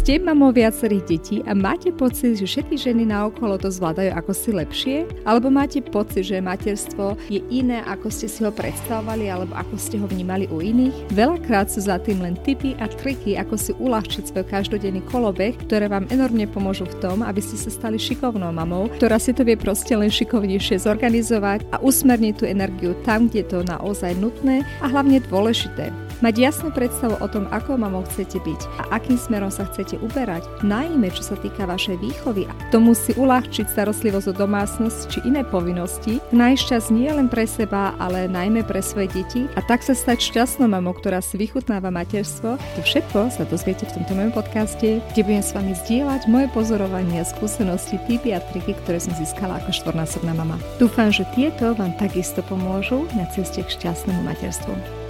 Ste mamou viacerých detí a máte pocit, že všetky ženy naokolo to zvládajú ako si lepšie? Alebo máte pocit, že materstvo je iné, ako ste si ho predstavovali alebo ako ste ho vnímali u iných? Veľakrát sú za tým len tipy a triky, ako si uľahčiť svoj každodenný kolobeh, ktoré vám enormne pomôžu v tom, aby ste sa stali šikovnou mamou, ktorá si to vie proste len šikovnejšie zorganizovať a usmerniť tú energiu tam, kde je to naozaj nutné a hlavne dôležité. Mať jasnú predstavu o tom, ako mamou chcete byť a akým smerom sa chcete uberať, najmä čo sa týka vašej výchovy a tomu si uľahčiť starostlivosť o domácnosť či iné povinnosti, nájsť čas nie len pre seba, ale najmä pre svoje deti a tak sa stať šťastnou mamou, ktorá si vychutnáva materstvo. To všetko sa dozviete v tomto mojom podcaste, kde budem s vami zdieľať moje pozorovania, skúsenosti, tipy a triky, ktoré som získala ako štvornásobná mama. Dúfam, že tieto vám takisto pomôžu na ceste k šťastnému materstvu.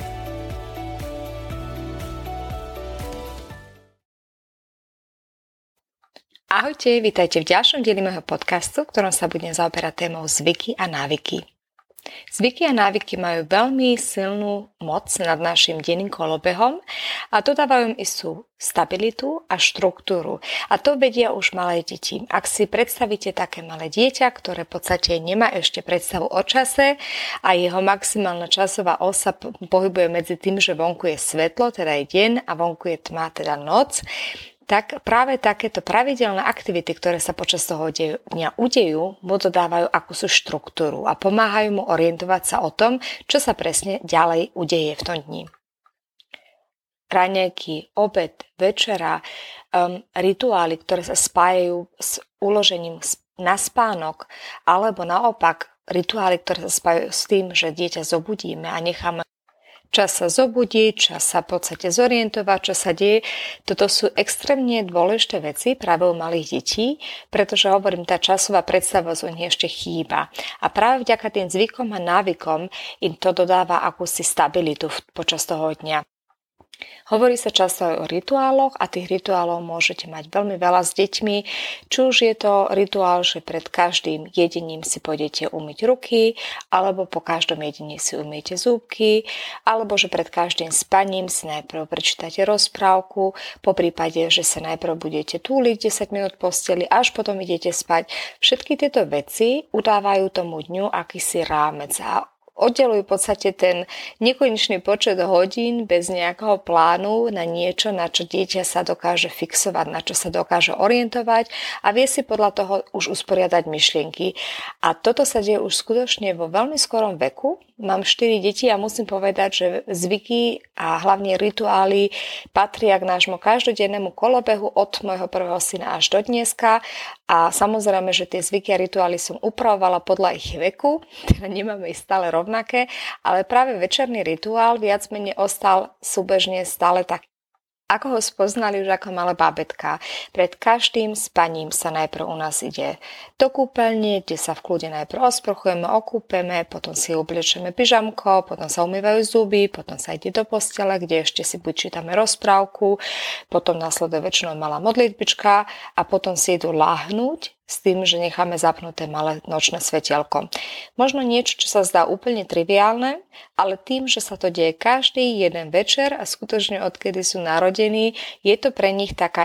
Ahojte, vítajte v ďalšom dieli môjho podcastu, v ktorom sa budem zaoberať témou zvyky a návyky. Zvyky a návyky majú veľmi silnú moc nad našim denným kolobehom a dodávajú im istú stabilitu a štruktúru. A to vedia už malé deti. Ak si predstavíte také malé dieťa, ktoré v podstate nemá ešte predstavu o čase a jeho maximálna časová osa pohybuje medzi tým, že vonku je svetlo, teda je deň a vonku je tma, teda noc, tak práve takéto pravidelné aktivity, ktoré sa počas toho dňa udejú, mu dodávajú akúsi štruktúru a pomáhajú mu orientovať sa o tom, čo sa presne ďalej udeje v tom dni. Raňajky, obed, večera, rituály, ktoré sa spájajú s uložením na spánok, alebo naopak rituály, ktoré sa spájajú s tým, že dieťa zobudíme a necháme čas sa zobudiť, čas sa v podstate zorientovať, čo sa deje. Toto sú extrémne dôležité veci práve u malých detí, pretože hovorím, tá časová predstavosť u nich ešte chýba. A práve vďaka tým zvykom a návykom im to dodáva akúsi stabilitu počas toho dňa. Hovorí sa často aj o rituáloch a tých rituálov môžete mať veľmi veľa s deťmi. Či už je to rituál, že pred každým jedením si pôjdete umyť ruky, alebo po každom jedení si umyjete zúbky, alebo že pred každým spaním si najprv prečítate rozprávku, po prípade, že sa najprv budete túliť 10 minút v posteli, až potom idete spať. Všetky tieto veci udávajú tomu dňu akýsi rámec a oddelujú v podstate ten nekonečný počet hodín bez nejakého plánu na niečo, na čo dieťa sa dokáže fixovať, na čo sa dokáže orientovať a vie si podľa toho už usporiadať myšlienky. A toto sa deje už skutočne vo veľmi skorom veku. Mám 4 deti a musím povedať, že zvyky a hlavne rituály patria k nášmu každodennému kolobehu od môjho prvého syna až do dneska. A samozrejme, že tie zvyky a rituály som upravovala podľa ich veku, teda nemáme ich stále rovnaké, ale práve večerný rituál viac menej ostal súbežne stále tak, ako ho spoznali už ako malé bábätká. Pred každým spaním sa najprv u nás ide do kúpeľne, kde sa v kľude najprv osprchujeme, okúpeme, potom si obliečeme pyžamko, potom sa umývajú zuby, potom sa ide do postele, kde ešte si buď čítame rozprávku, potom nasleduje väčšinou malá modlitbička a potom si idú láhnuť s tým, že necháme zapnuté malé nočné svetielko. Možno niečo, čo sa zdá úplne triviálne, ale tým, že sa to deje každý jeden večer a skutočne odkedy sú narodení, je to pre nich také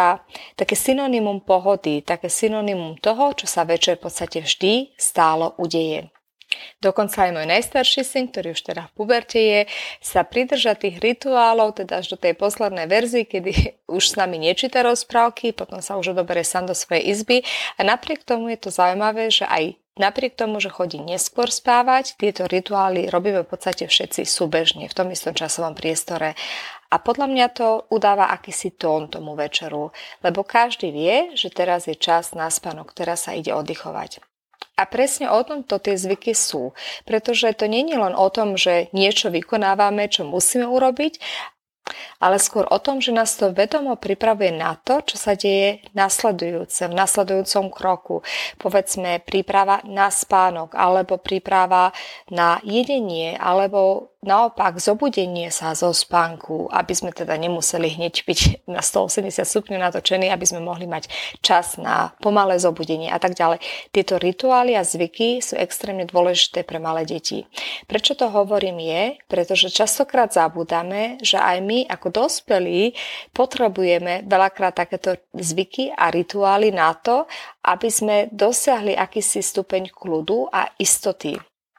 synonymum pohody, také synonymum toho, čo sa večer v podstate vždy stálo udeje. Dokonca aj môj najstarší syn, ktorý už teda v puberte je, sa pridrža tých rituálov, teda až do tej poslednej verzii, kedy už s nami nečíta rozprávky, potom sa už odoberie sám do svojej izby a napriek tomu je to zaujímavé, že aj napriek tomu, že chodí neskôr spávať, tieto rituály robíme v podstate všetci súbežne v tom istom časovom priestore. A podľa mňa to udáva akýsi tón tomu večeru, lebo každý vie, že teraz je čas na spánok, teraz sa ide oddychovať. A presne o tomto tie zvyky sú, pretože to nie je len o tom, že niečo vykonávame, čo musíme urobiť, ale skôr o tom, že nás to vedomo pripravuje na to, čo sa deje v nasledujúcom kroku. Povedzme príprava na spánok, alebo príprava na jedenie, alebo naopak zobudenie sa zo spánku, aby sme teda nemuseli hneď byť na 180 stupňov natočení, aby sme mohli mať čas na pomalé zobudenie a tak ďalej. Tieto rituály a zvyky sú extrémne dôležité pre malé deti. Prečo to hovorím je, pretože častokrát zabúdame, že aj my ako dospelí potrebujeme veľakrát takéto zvyky a rituály na to, aby sme dosiahli akýsi stupeň kľudu a istoty.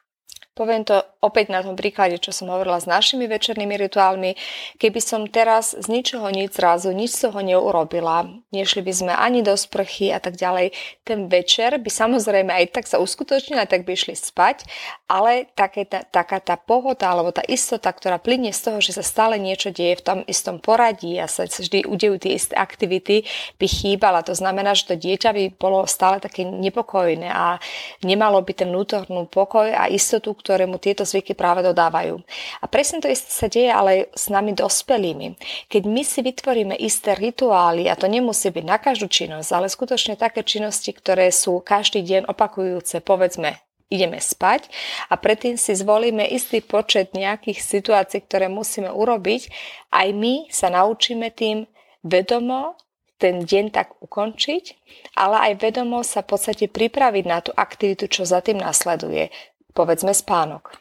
Poviem to opäť na tom príklade, čo som hovorila s našimi večernými rituálmi. Keby som teraz z ničoho nič zrazu, nič z toho neurobila, nešli by sme ani do sprchy a tak ďalej, ten večer by samozrejme aj tak sa uskutočnil, aj tak by išli spať, ale taká tá pohoda alebo tá istota, ktorá plynie z toho, že sa stále niečo deje v tom istom poradí a sa vždy udejú tie isté aktivity, by chýbala. To znamená, že to dieťa by bolo stále také nepokojné a nemalo by ten vnútornú pokoj a istotu, ktorému tieto zvyky práve dodávajú. A presne to isté sa deje ale s nami dospelými. Keď my si vytvoríme isté rituály, a to nemusí byť na každú činnosť, ale skutočne také činnosti, ktoré sú každý deň opakujúce, povedzme, ideme spať a predtým si zvolíme istý počet nejakých situácií, ktoré musíme urobiť, aj my sa naučíme tým vedomo ten deň tak ukončiť, ale aj vedomo sa v podstate pripraviť na tú aktivitu, čo za tým nasleduje. Povedzme spánok.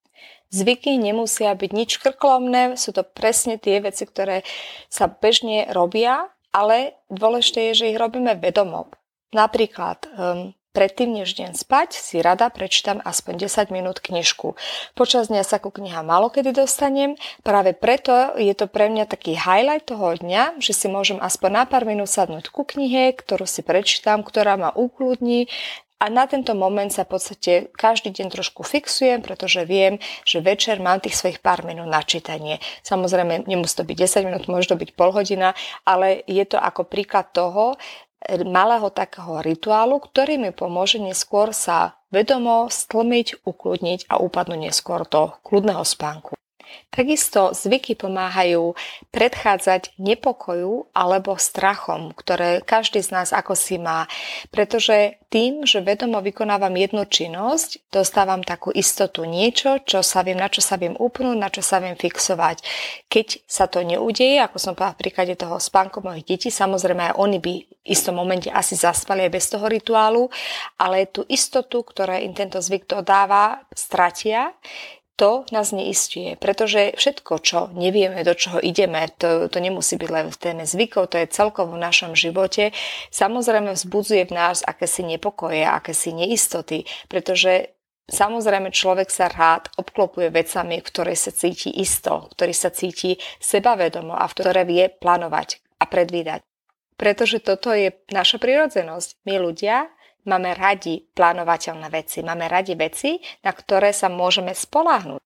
Zvyky nemusia byť nič krkolomné, sú to presne tie veci, ktoré sa bežne robia, ale dôležité je, že ich robíme vedomo. Napríklad, predtým než idem spať, si rada prečítam aspoň 10 minút knižku. Počas dňa sa ku knihám málo kedy dostanem, práve preto je to pre mňa taký highlight toho dňa, že si môžem aspoň na pár minút sadnúť ku knihe, ktorú si prečítam, ktorá ma ukľudní. A na tento moment sa v podstate každý deň trošku fixujem, pretože viem, že večer mám tých svojich pár minút na čítanie. Samozrejme, nemusí to byť 10 minút, môže to byť pol hodina, ale je to ako príklad toho malého takého rituálu, ktorý mi pomôže neskôr sa vedomo stlmiť, ukludniť a upadnúť neskôr do kľudného spánku. Takisto zvyky pomáhajú predchádzať nepokoju alebo strachom, ktoré každý z nás ako si má, pretože tým, že vedomo vykonávam jednu činnosť, dostávam takú istotu niečo, na čo sa viem upnúť, na čo sa viem fixovať. Keď sa to neudeje, ako som povedala v príklade toho spánku mojich detí, samozrejme aj oni by v istom momente asi zaspali aj bez toho rituálu, ale tú istotu, ktorá im tento zvyk dodáva, stratia. To nás neistuje, pretože všetko, čo nevieme, do čoho ideme, to nemusí byť len v téme zvykov, to je celkovo v našom živote, samozrejme vzbudzuje v nás akési nepokoje, akési neistoty, pretože samozrejme človek sa rád obklopuje vecami, v ktorej sa cíti isto, v ktorých sa cíti sebavedomo a v ktoré vie plánovať a predvídať. Pretože toto je naša prirodzenosť. My ľudia máme radi plánovateľné veci, máme radi veci, na ktoré sa môžeme spoľahnúť.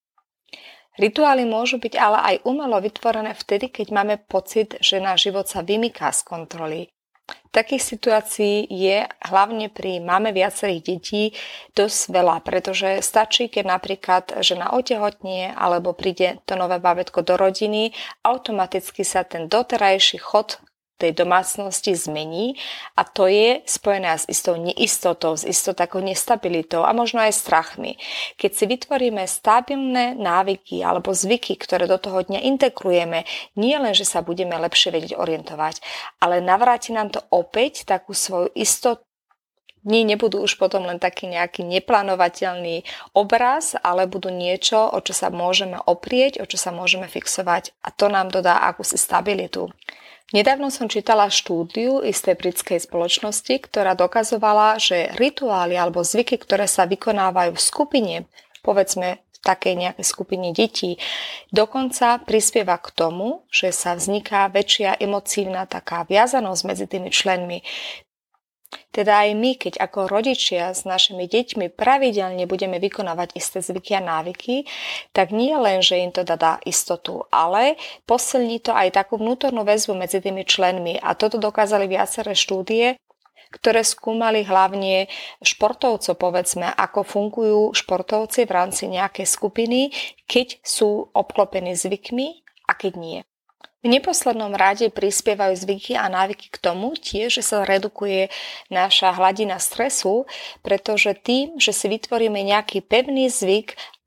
Rituály môžu byť ale aj umelo vytvorené vtedy, keď máme pocit, že náš život sa vymyká z kontroly. Takých situácií je hlavne pri máme viacerých detí dosť veľa, pretože stačí, keď napríklad žena otehotnie alebo príde to nové bábätko do rodiny, automaticky sa ten doterajší chod tej domácnosti zmení a to je spojené s istou neistotou, s istou takou nestabilitou a možno aj strachmi. Keď si vytvoríme stabilné návyky alebo zvyky, ktoré do toho dňa integrujeme, nie len, že sa budeme lepšie vedieť orientovať, ale navráti nám to opäť takú svoju istotu. Dni nebudú už potom len taký nejaký neplánovateľný obraz, ale budú niečo, o čo sa môžeme oprieť, o čo sa môžeme fixovať a to nám dodá akúsi stabilitu. Nedávno som čítala štúdiu istej britskej spoločnosti, ktorá dokazovala, že rituály alebo zvyky, ktoré sa vykonávajú v skupine, povedzme v takej nejakej skupine detí, dokonca prispieva k tomu, že sa vzniká väčšia emotívna taká viazanosť medzi tými členmi. Teda aj my, keď ako rodičia s našimi deťmi pravidelne budeme vykonávať isté zvyky a návyky, tak nie len, že im to dá istotu, ale posilní to aj takú vnútornú väzbu medzi tými členmi. A toto dokázali viaceré štúdie, ktoré skúmali hlavne športovcov, povedzme, ako fungujú športovci v rámci nejakej skupiny, keď sú obklopení zvykmi a keď nie. V neposlednom rade prispievajú zvyky a návyky k tomu tiež, že sa redukuje naša hladina stresu, pretože tým, že si vytvoríme nejaký pevný zvyk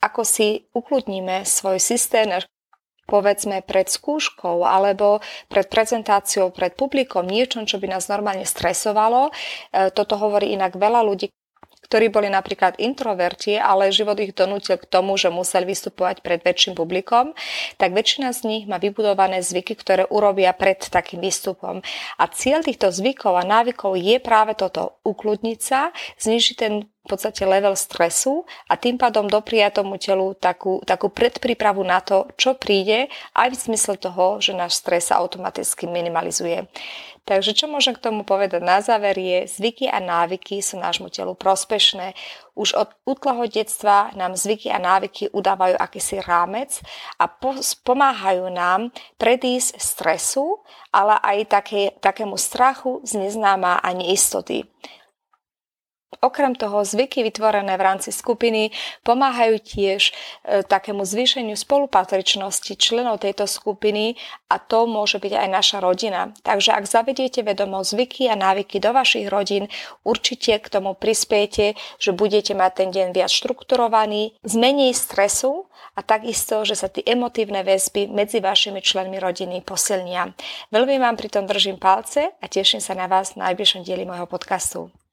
ako si ukludníme svoj systém, povedzme pred skúškou alebo pred prezentáciou pred publikom, niečom, čo by nás normálne stresovalo. Toto hovorí inak veľa ľudí, ktorí boli napríklad introverti, ale život ich donútil k tomu, že museli vystupovať pred väčším publikom, tak väčšina z nich má vybudované zvyky, ktoré urobia pred takým výstupom. A cieľ týchto zvykov a návykov je práve toto, ukludniť sa, znižiť ten v podstate level stresu a tým pádom dopriať tomu telu takú predprípravu na to, čo príde, aj v zmysle toho, že náš stres sa automaticky minimalizuje. Takže čo môžem k tomu povedať na záver je, zvyky a návyky sú nášmu telu prospešné. Už od útleho detstva nám zvyky a návyky udávajú akýsi rámec a pomáhajú nám predísť stresu, ale aj takému strachu z neznáma a neistoty. Okrem toho, zvyky vytvorené v rámci skupiny pomáhajú tiež takému zvýšeniu spolupatričnosti členov tejto skupiny a to môže byť aj naša rodina. Takže ak zavediete vedomo zvyky a návyky do vašich rodín, určite k tomu prispiejete, že budete mať ten deň viac štrukturovaný, s menej stresu a takisto, že sa tie emotívne väzby medzi vašimi členmi rodiny posilnia. Veľmi vám pri tom držím palce a teším sa na vás v najbližšom dieli môjho podcastu.